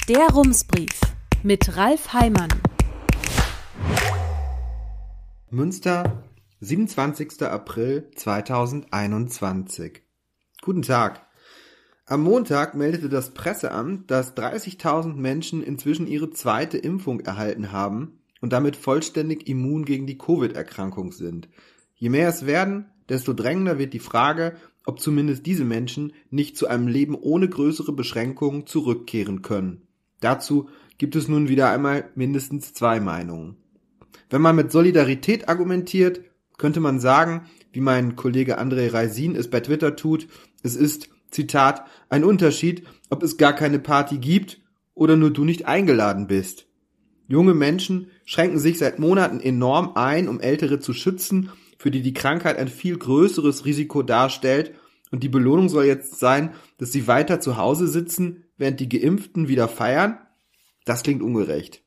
Der Rumsbrief mit Ralf Heimann. Münster, 27. April 2021. Guten Tag. Am Montag meldete das Presseamt, dass 30.000 Menschen inzwischen ihre zweite Impfung erhalten haben und damit vollständig immun gegen die Covid-Erkrankung sind. Je mehr es werden, desto drängender wird die Frage, ob zumindest diese Menschen nicht zu einem Leben ohne größere Beschränkungen zurückkehren können. Dazu gibt es nun wieder einmal mindestens zwei Meinungen. Wenn man mit Solidarität argumentiert, könnte man sagen, wie mein Kollege André Reisin es bei Twitter tut, es ist, Zitat, ein Unterschied, ob es gar keine Party gibt oder nur du nicht eingeladen bist. Junge Menschen schränken sich seit Monaten enorm ein, um Ältere zu schützen, für die die Krankheit ein viel größeres Risiko darstellt, und die Belohnung soll jetzt sein, dass sie weiter zu Hause sitzen, während die Geimpften wieder feiern? Das klingt ungerecht.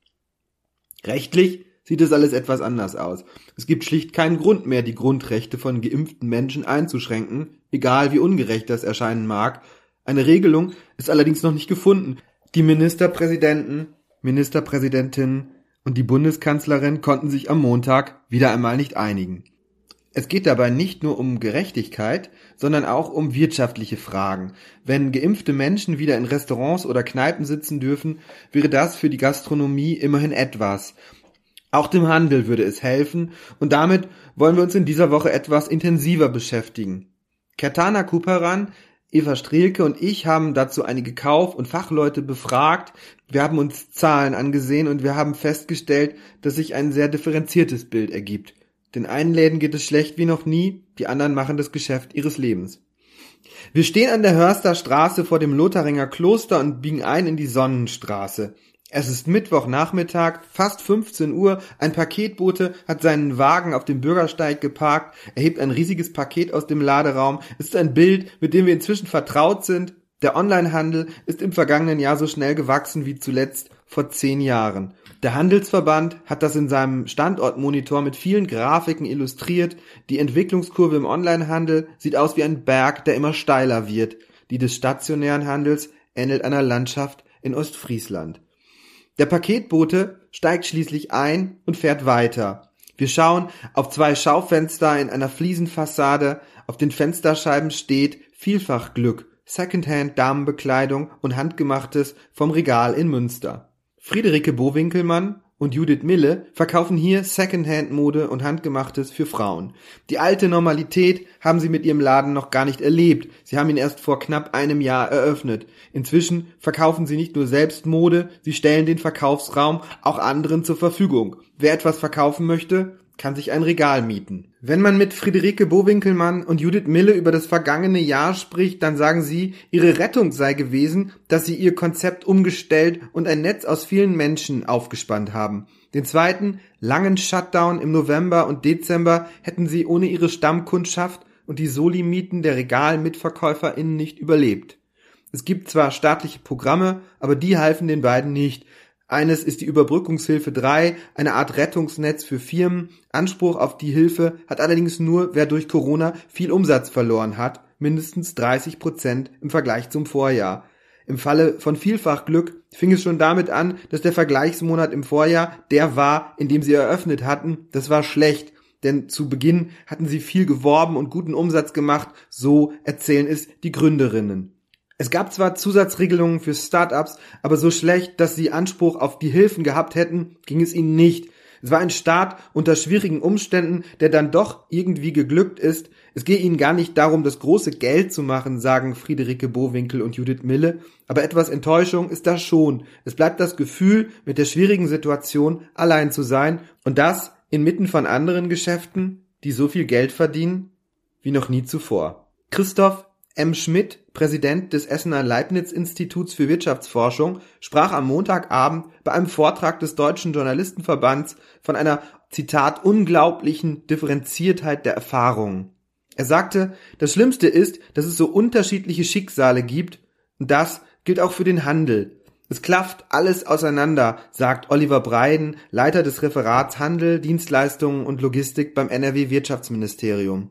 Rechtlich sieht es alles etwas anders aus. Es gibt schlicht keinen Grund mehr, die Grundrechte von geimpften Menschen einzuschränken, egal wie ungerecht das erscheinen mag. Eine Regelung ist allerdings noch nicht gefunden. Die Ministerpräsidenten, Ministerpräsidentinnen und die Bundeskanzlerin konnten sich am Montag wieder einmal nicht einigen. Es geht dabei nicht nur um Gerechtigkeit, sondern auch um wirtschaftliche Fragen. Wenn geimpfte Menschen wieder in Restaurants oder Kneipen sitzen dürfen, wäre das für die Gastronomie immerhin etwas. Auch dem Handel würde es helfen, und damit wollen wir uns in dieser Woche etwas intensiver beschäftigen. Kertana Kuparan, Eva Strehlke und ich haben dazu einige Kauf- und Fachleute befragt. Wir haben uns Zahlen angesehen und wir haben festgestellt, dass sich ein sehr differenziertes Bild ergibt. Den einen Läden geht es schlecht wie noch nie, die anderen machen das Geschäft ihres Lebens. Wir stehen an der Hörster Straße vor dem Lotharinger Kloster und biegen ein in die Sonnenstraße. Es ist Mittwochnachmittag, fast 15 Uhr, ein Paketbote hat seinen Wagen auf dem Bürgersteig geparkt, er hebt ein riesiges Paket aus dem Laderaum. Es ist ein Bild, mit dem wir inzwischen vertraut sind. Der Onlinehandel ist im vergangenen Jahr so schnell gewachsen wie zuletzt vor 10 Jahren. Der Handelsverband hat das in seinem Standortmonitor mit vielen Grafiken illustriert. Die Entwicklungskurve im Onlinehandel sieht aus wie ein Berg, der immer steiler wird. Die des stationären Handels ähnelt einer Landschaft in Ostfriesland. Der Paketbote steigt schließlich ein und fährt weiter. Wir schauen auf 2 Schaufenster in einer Fliesenfassade. Auf den Fensterscheiben steht Vielfach Glück, Secondhand Damenbekleidung und Handgemachtes vom Regal in Münster. Friederike Bowinkelmann und Judith Mille verkaufen hier Secondhand-Mode und Handgemachtes für Frauen. Die alte Normalität haben sie mit ihrem Laden noch gar nicht erlebt. Sie haben ihn erst vor knapp einem Jahr eröffnet. Inzwischen verkaufen sie nicht nur selbst Mode, sie stellen den Verkaufsraum auch anderen zur Verfügung. Wer etwas verkaufen möchte, kann sich ein Regal mieten. Wenn man mit Friederike Bowinkelmann und Judith Mille über das vergangene Jahr spricht, dann sagen sie, ihre Rettung sei gewesen, dass sie ihr Konzept umgestellt und ein Netz aus vielen Menschen aufgespannt haben. Den zweiten, langen Shutdown im November und Dezember hätten sie ohne ihre Stammkundschaft und die Soli-Mieten der Regalmitverkäuferinnen nicht überlebt. Es gibt zwar staatliche Programme, aber die halfen den beiden nicht. Eines ist die Überbrückungshilfe 3, eine Art Rettungsnetz für Firmen. Anspruch auf die Hilfe hat allerdings nur, wer durch Corona viel Umsatz verloren hat, mindestens 30% im Vergleich zum Vorjahr. Im Falle von Vielfach Glück fing es schon damit an, dass der Vergleichsmonat im Vorjahr der war, in dem sie eröffnet hatten. Das war schlecht, denn zu Beginn hatten sie viel geworben und guten Umsatz gemacht, so erzählen es die Gründerinnen. Es gab zwar Zusatzregelungen für Startups, aber so schlecht, dass sie Anspruch auf die Hilfen gehabt hätten, ging es ihnen nicht. Es war ein Start unter schwierigen Umständen, der dann doch irgendwie geglückt ist. Es gehe ihnen gar nicht darum, das große Geld zu machen, sagen Friederike Bowinkel und Judith Mille, aber etwas Enttäuschung ist da schon. Es bleibt das Gefühl, mit der schwierigen Situation allein zu sein, und das inmitten von anderen Geschäften, die so viel Geld verdienen wie noch nie zuvor. Christoph M. Schmidt, Präsident des Essener Leibniz-Instituts für Wirtschaftsforschung, sprach am Montagabend bei einem Vortrag des Deutschen Journalistenverbands von einer, Zitat, unglaublichen Differenziertheit der Erfahrungen. Er sagte, das Schlimmste ist, dass es so unterschiedliche Schicksale gibt, und das gilt auch für den Handel. Es klafft alles auseinander, sagt Oliver Breiden, Leiter des Referats Handel, Dienstleistungen und Logistik beim NRW-Wirtschaftsministerium.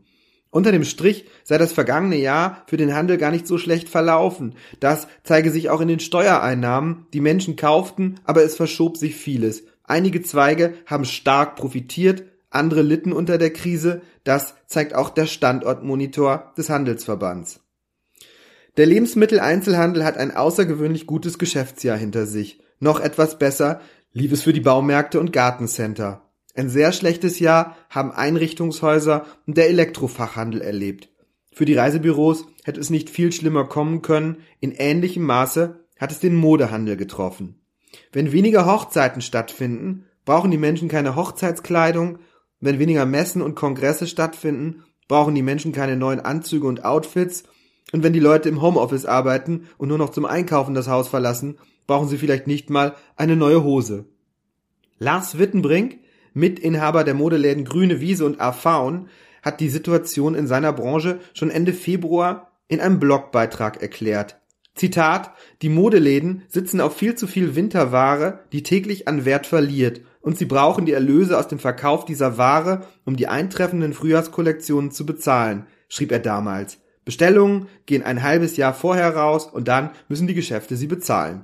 Unter dem Strich sei das vergangene Jahr für den Handel gar nicht so schlecht verlaufen. Das zeige sich auch in den Steuereinnahmen. Die Menschen kauften, aber es verschob sich vieles. Einige Zweige haben stark profitiert, andere litten unter der Krise. Das zeigt auch der Standortmonitor des Handelsverbands. Der Lebensmitteleinzelhandel hat ein außergewöhnlich gutes Geschäftsjahr hinter sich. Noch etwas besser lief es für die Baumärkte und Gartencenter. Ein sehr schlechtes Jahr haben Einrichtungshäuser und der Elektrofachhandel erlebt. Für die Reisebüros hätte es nicht viel schlimmer kommen können. In ähnlichem Maße hat es den Modehandel getroffen. Wenn weniger Hochzeiten stattfinden, brauchen die Menschen keine Hochzeitskleidung. Wenn weniger Messen und Kongresse stattfinden, brauchen die Menschen keine neuen Anzüge und Outfits. Und wenn die Leute im Homeoffice arbeiten und nur noch zum Einkaufen das Haus verlassen, brauchen sie vielleicht nicht mal eine neue Hose. Lars Wittenbrink, Mitinhaber der Modeläden Grüne Wiese und Afaun, hat die Situation in seiner Branche schon Ende Februar in einem Blogbeitrag erklärt. Zitat: Die Modeläden sitzen auf viel zu viel Winterware, die täglich an Wert verliert, und sie brauchen die Erlöse aus dem Verkauf dieser Ware, um die eintreffenden Frühjahrskollektionen zu bezahlen, schrieb er damals. Bestellungen gehen ein halbes Jahr vorher raus und dann müssen die Geschäfte sie bezahlen.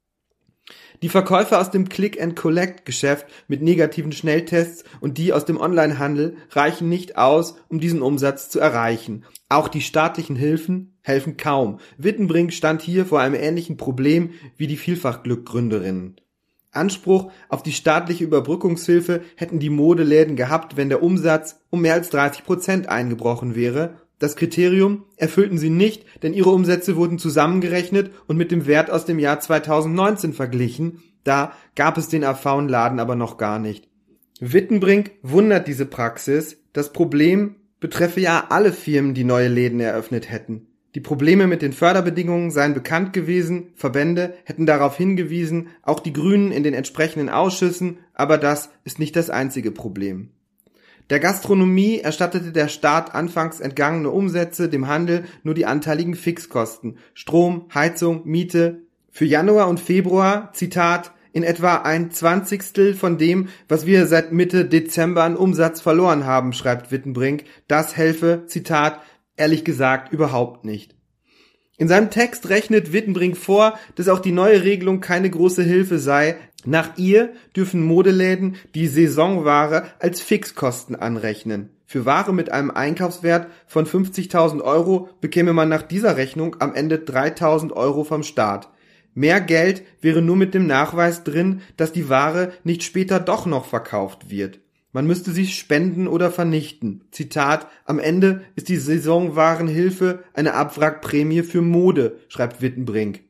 Die Verkäufer aus dem Click-and-Collect-Geschäft mit negativen Schnelltests und die aus dem Onlinehandel reichen nicht aus, um diesen Umsatz zu erreichen. Auch die staatlichen Hilfen helfen kaum. Wittenbrink stand hier vor einem ähnlichen Problem wie die Vielfachglück-Gründerinnen. Anspruch auf die staatliche Überbrückungshilfe hätten die Modeläden gehabt, wenn der Umsatz um mehr als 30% eingebrochen wäre. Das Kriterium erfüllten sie nicht, denn ihre Umsätze wurden zusammengerechnet und mit dem Wert aus dem Jahr 2019 verglichen. Da gab es den Afaun-Laden aber noch gar nicht. Wittenbrink wundert diese Praxis. Das Problem betreffe ja alle Firmen, die neue Läden eröffnet hätten. Die Probleme mit den Förderbedingungen seien bekannt gewesen, Verbände hätten darauf hingewiesen, auch die Grünen in den entsprechenden Ausschüssen, aber das ist nicht das einzige Problem. Der Gastronomie erstattete der Staat anfangs entgangene Umsätze, dem Handel nur die anteiligen Fixkosten, Strom, Heizung, Miete. Für Januar und Februar, Zitat, in etwa 1/20 von dem, was wir seit Mitte Dezember an Umsatz verloren haben, schreibt Wittenbrink. Das helfe, Zitat, ehrlich gesagt überhaupt nicht. In seinem Text rechnet Wittenbrink vor, dass auch die neue Regelung keine große Hilfe sei. Nach ihr dürfen Modeläden die Saisonware als Fixkosten anrechnen. Für Ware mit einem Einkaufswert von 50.000 Euro bekäme man nach dieser Rechnung am Ende 3.000 Euro vom Staat. Mehr Geld wäre nur mit dem Nachweis drin, dass die Ware nicht später doch noch verkauft wird. Man müsste sie spenden oder vernichten. Zitat, am Ende ist die Saisonwarenhilfe eine Abwrackprämie für Mode, schreibt Wittenbrink.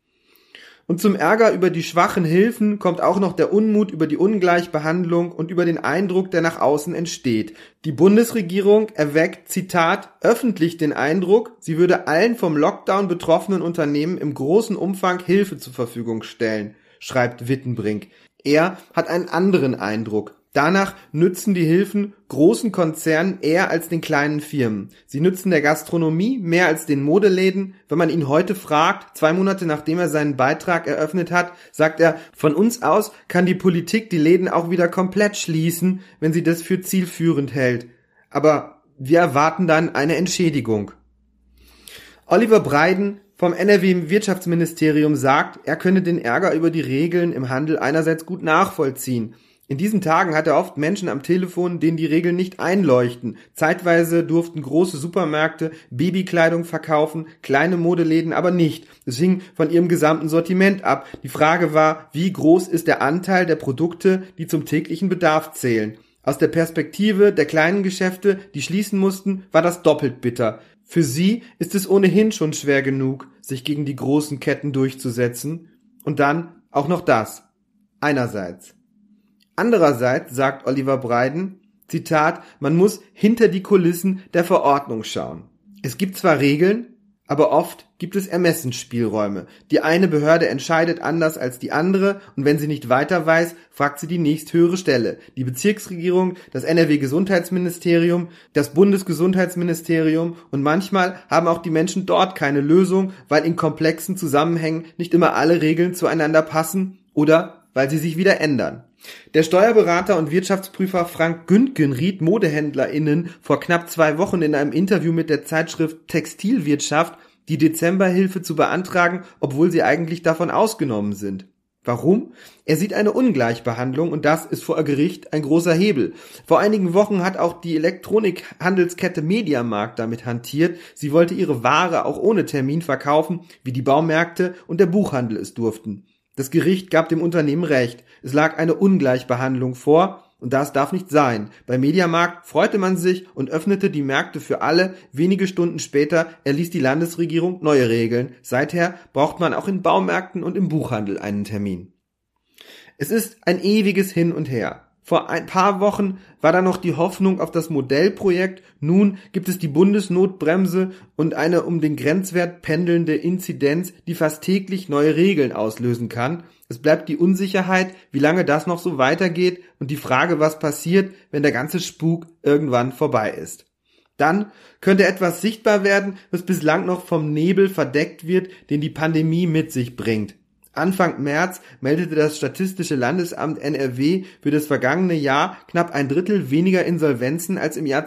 Und zum Ärger über die schwachen Hilfen kommt auch noch der Unmut über die Ungleichbehandlung und über den Eindruck, der nach außen entsteht. Die Bundesregierung erweckt, Zitat, öffentlich den Eindruck, sie würde allen vom Lockdown betroffenen Unternehmen im großen Umfang Hilfe zur Verfügung stellen, schreibt Wittenbrink. Er hat einen anderen Eindruck. Danach nützen die Hilfen großen Konzernen eher als den kleinen Firmen. Sie nützen der Gastronomie mehr als den Modeläden. Wenn man ihn heute fragt, 2 Monate nachdem er seinen Beitrag eröffnet hat, sagt er, von uns aus kann die Politik die Läden auch wieder komplett schließen, wenn sie das für zielführend hält. Aber wir erwarten dann eine Entschädigung. Oliver Breiden vom NRW-Wirtschaftsministerium sagt, er könne den Ärger über die Regeln im Handel einerseits gut nachvollziehen. In diesen Tagen hat er oft Menschen am Telefon, denen die Regeln nicht einleuchten. Zeitweise durften große Supermärkte Babykleidung verkaufen, kleine Modeläden aber nicht. Es hing von ihrem gesamten Sortiment ab. Die Frage war, wie groß ist der Anteil der Produkte, die zum täglichen Bedarf zählen. Aus der Perspektive der kleinen Geschäfte, die schließen mussten, war das doppelt bitter. Für sie ist es ohnehin schon schwer genug, sich gegen die großen Ketten durchzusetzen. Und dann auch noch das. Einerseits. Andererseits sagt Oliver Breiden, Zitat, man muss hinter die Kulissen der Verordnung schauen. Es gibt zwar Regeln, aber oft gibt es Ermessensspielräume. Die eine Behörde entscheidet anders als die andere und wenn sie nicht weiter weiß, fragt sie die nächsthöhere Stelle. Die Bezirksregierung, das NRW-Gesundheitsministerium, das Bundesgesundheitsministerium und manchmal haben auch die Menschen dort keine Lösung, weil in komplexen Zusammenhängen nicht immer alle Regeln zueinander passen oder weil sie sich wieder ändern. Der Steuerberater und Wirtschaftsprüfer Frank Güntgen riet ModehändlerInnen vor knapp 2 Wochen in einem Interview mit der Zeitschrift Textilwirtschaft, die Dezemberhilfe zu beantragen, obwohl sie eigentlich davon ausgenommen sind. Warum? Er sieht eine Ungleichbehandlung und das ist vor Gericht ein großer Hebel. Vor einigen Wochen hat auch die Elektronikhandelskette Mediamarkt damit hantiert. Sie wollte ihre Ware auch ohne Termin verkaufen, wie die Baumärkte und der Buchhandel es durften. Das Gericht gab dem Unternehmen recht. Es lag eine Ungleichbehandlung vor und das darf nicht sein. Bei Mediamarkt freute man sich und öffnete die Märkte für alle. Wenige Stunden später erließ die Landesregierung neue Regeln. Seither braucht man auch in Baumärkten und im Buchhandel einen Termin. Es ist ein ewiges Hin und Her. Vor ein paar Wochen war da noch die Hoffnung auf das Modellprojekt. Nun gibt es die Bundesnotbremse und eine um den Grenzwert pendelnde Inzidenz, die fast täglich neue Regeln auslösen kann. Es bleibt die Unsicherheit, wie lange das noch so weitergeht und die Frage, was passiert, wenn der ganze Spuk irgendwann vorbei ist. Dann könnte etwas sichtbar werden, was bislang noch vom Nebel verdeckt wird, den die Pandemie mit sich bringt. Anfang März meldete das Statistische Landesamt NRW für das vergangene Jahr knapp 1/3 weniger Insolvenzen als im Jahr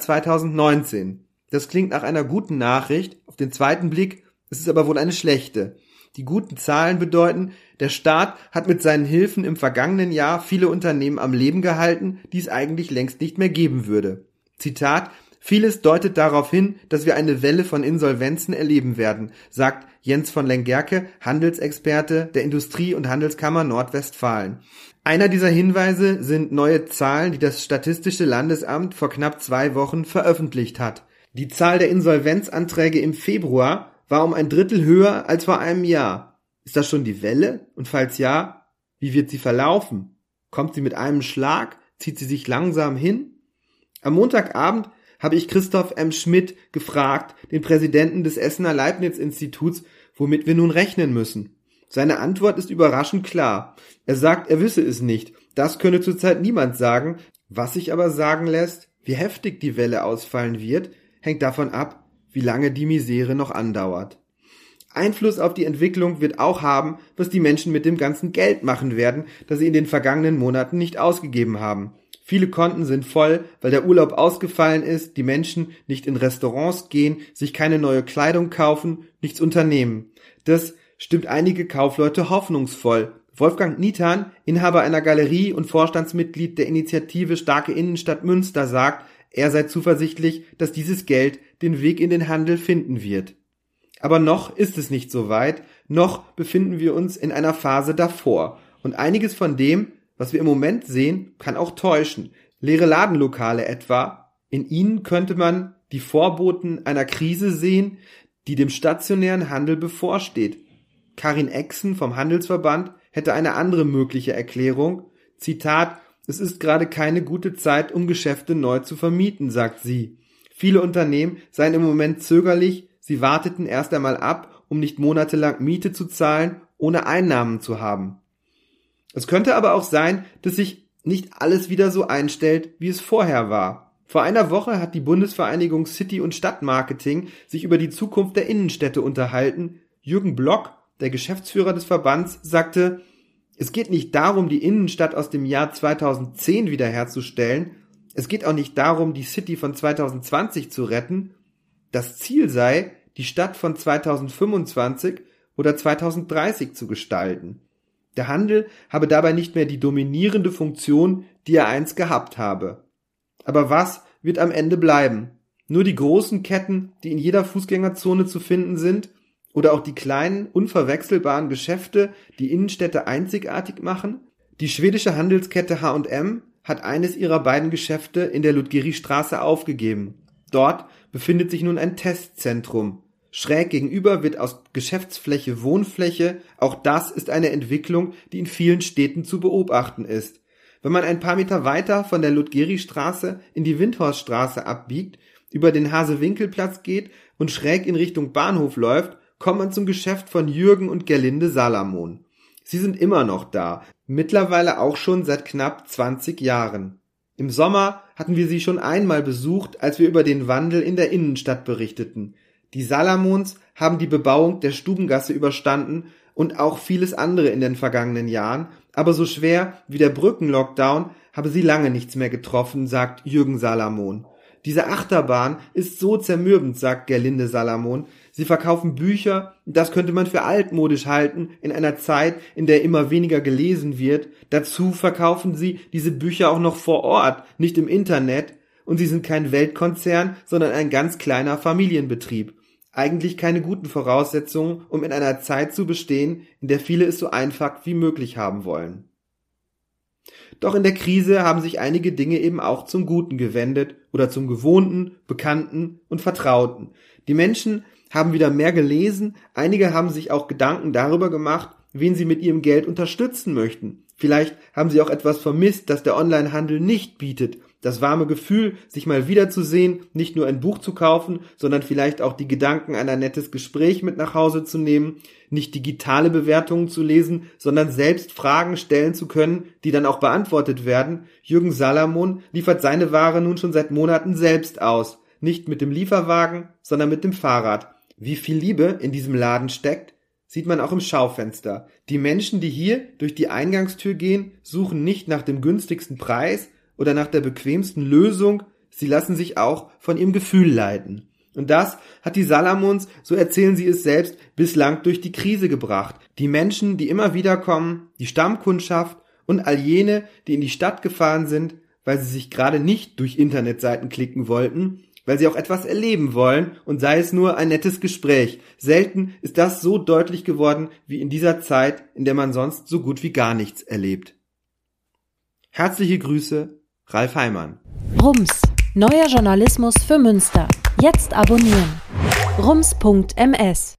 2019. Das klingt nach einer guten Nachricht, auf den zweiten Blick ist es aber wohl eine schlechte. Die guten Zahlen bedeuten, der Staat hat mit seinen Hilfen im vergangenen Jahr viele Unternehmen am Leben gehalten, die es eigentlich längst nicht mehr geben würde. Zitat: Vieles deutet darauf hin, dass wir eine Welle von Insolvenzen erleben werden, sagt Jens von Lengerke, Handelsexperte der Industrie- und Handelskammer Nordwestfalen. Einer dieser Hinweise sind neue Zahlen, die das Statistische Landesamt vor knapp 2 Wochen veröffentlicht hat. Die Zahl der Insolvenzanträge im Februar war um 1/3 höher als vor einem Jahr. Ist das schon die Welle? Und falls ja, wie wird sie verlaufen? Kommt sie mit einem Schlag? Zieht sie sich langsam hin? Am Montagabend habe ich Christoph M. Schmidt gefragt, den Präsidenten des Essener Leibniz-Instituts, womit wir nun rechnen müssen. Seine Antwort ist überraschend klar. Er sagt, er wisse es nicht. Das könne zurzeit niemand sagen. Was sich aber sagen lässt, wie heftig die Welle ausfallen wird, hängt davon ab, wie lange die Misere noch andauert. Einfluss auf die Entwicklung wird auch haben, was die Menschen mit dem ganzen Geld machen werden, das sie in den vergangenen Monaten nicht ausgegeben haben. Viele Konten sind voll, weil der Urlaub ausgefallen ist, die Menschen nicht in Restaurants gehen, sich keine neue Kleidung kaufen, nichts unternehmen. Das stimmt einige Kaufleute hoffnungsvoll. Wolfgang Niethan, Inhaber einer Galerie und Vorstandsmitglied der Initiative Starke Innenstadt Münster, sagt, er sei zuversichtlich, dass dieses Geld den Weg in den Handel finden wird. Aber noch ist es nicht so weit, noch befinden wir uns in einer Phase davor. Und einiges von dem, was wir im Moment sehen, kann auch täuschen. Leere Ladenlokale etwa. In ihnen könnte man die Vorboten einer Krise sehen, die dem stationären Handel bevorsteht. Karin Exen vom Handelsverband hätte eine andere mögliche Erklärung. Zitat: Es ist gerade keine gute Zeit, um Geschäfte neu zu vermieten, sagt sie. Viele Unternehmen seien im Moment zögerlich, sie warteten erst einmal ab, um nicht monatelang Miete zu zahlen, ohne Einnahmen zu haben. Es könnte aber auch sein, dass sich nicht alles wieder so einstellt, wie es vorher war. Vor einer Woche hat die Bundesvereinigung City- und Stadtmarketing sich über die Zukunft der Innenstädte unterhalten. Jürgen Block, der Geschäftsführer des Verbands, sagte, es geht nicht darum, die Innenstadt aus dem Jahr 2010 wiederherzustellen. Es geht auch nicht darum, die City von 2020 zu retten. Das Ziel sei, die Stadt von 2025 oder 2030 zu gestalten. Der Handel habe dabei nicht mehr die dominierende Funktion, die er einst gehabt habe. Aber was wird am Ende bleiben? Nur die großen Ketten, die in jeder Fußgängerzone zu finden sind, oder auch die kleinen, unverwechselbaren Geschäfte, die Innenstädte einzigartig machen? Die schwedische Handelskette H&M hat eines ihrer beiden Geschäfte in der Ludgeri-Straße aufgegeben. Dort befindet sich nun ein Testzentrum. Schräg gegenüber wird aus Geschäftsfläche Wohnfläche. Auch das ist eine Entwicklung, die in vielen Städten zu beobachten ist. Wenn man ein paar Meter weiter von der Ludgeri-Straße in die Windhorststraße abbiegt, über den Hase-Winkel-Platz geht und schräg in Richtung Bahnhof läuft, kommt man zum Geschäft von Jürgen und Gerlinde Salamon. Sie sind immer noch da, mittlerweile auch schon seit knapp 20 Jahren. Im Sommer hatten wir sie schon einmal besucht, als wir über den Wandel in der Innenstadt berichteten. Die Salamons haben die Bebauung der Stubengasse überstanden und auch vieles andere in den vergangenen Jahren, aber so schwer wie der Brückenlockdown habe sie lange nichts mehr getroffen, sagt Jürgen Salamon. Diese Achterbahn ist so zermürbend, sagt Gerlinde Salamon. Sie verkaufen Bücher, das könnte man für altmodisch halten, in einer Zeit, in der immer weniger gelesen wird. Dazu verkaufen sie diese Bücher auch noch vor Ort, nicht im Internet. Und sie sind kein Weltkonzern, sondern ein ganz kleiner Familienbetrieb. Eigentlich keine guten Voraussetzungen, um in einer Zeit zu bestehen, in der viele es so einfach wie möglich haben wollen. Doch in der Krise haben sich einige Dinge eben auch zum Guten gewendet oder zum Gewohnten, Bekannten und Vertrauten. Die Menschen haben wieder mehr gelesen, einige haben sich auch Gedanken darüber gemacht, wen sie mit ihrem Geld unterstützen möchten. Vielleicht haben sie auch etwas vermisst, das der Onlinehandel nicht bietet. Das warme Gefühl, sich mal wiederzusehen, nicht nur ein Buch zu kaufen, sondern vielleicht auch die Gedanken an ein nettes Gespräch mit nach Hause zu nehmen, nicht digitale Bewertungen zu lesen, sondern selbst Fragen stellen zu können, die dann auch beantwortet werden. Jürgen Salamon liefert seine Ware nun schon seit Monaten selbst aus. Nicht mit dem Lieferwagen, sondern mit dem Fahrrad. Wie viel Liebe in diesem Laden steckt, sieht man auch im Schaufenster. Die Menschen, die hier durch die Eingangstür gehen, suchen nicht nach dem günstigsten Preis oder nach der bequemsten Lösung, sie lassen sich auch von ihrem Gefühl leiten. Und das hat die Salamons, so erzählen sie es selbst, bislang durch die Krise gebracht. Die Menschen, die immer wieder kommen, die Stammkundschaft und all jene, die in die Stadt gefahren sind, weil sie sich gerade nicht durch Internetseiten klicken wollten, weil sie auch etwas erleben wollen und sei es nur ein nettes Gespräch. Selten ist das so deutlich geworden wie in dieser Zeit, in der man sonst so gut wie gar nichts erlebt. Herzliche Grüße, Ralf Heimann. Rums, neuer Journalismus für Münster. Jetzt abonnieren. rums.ms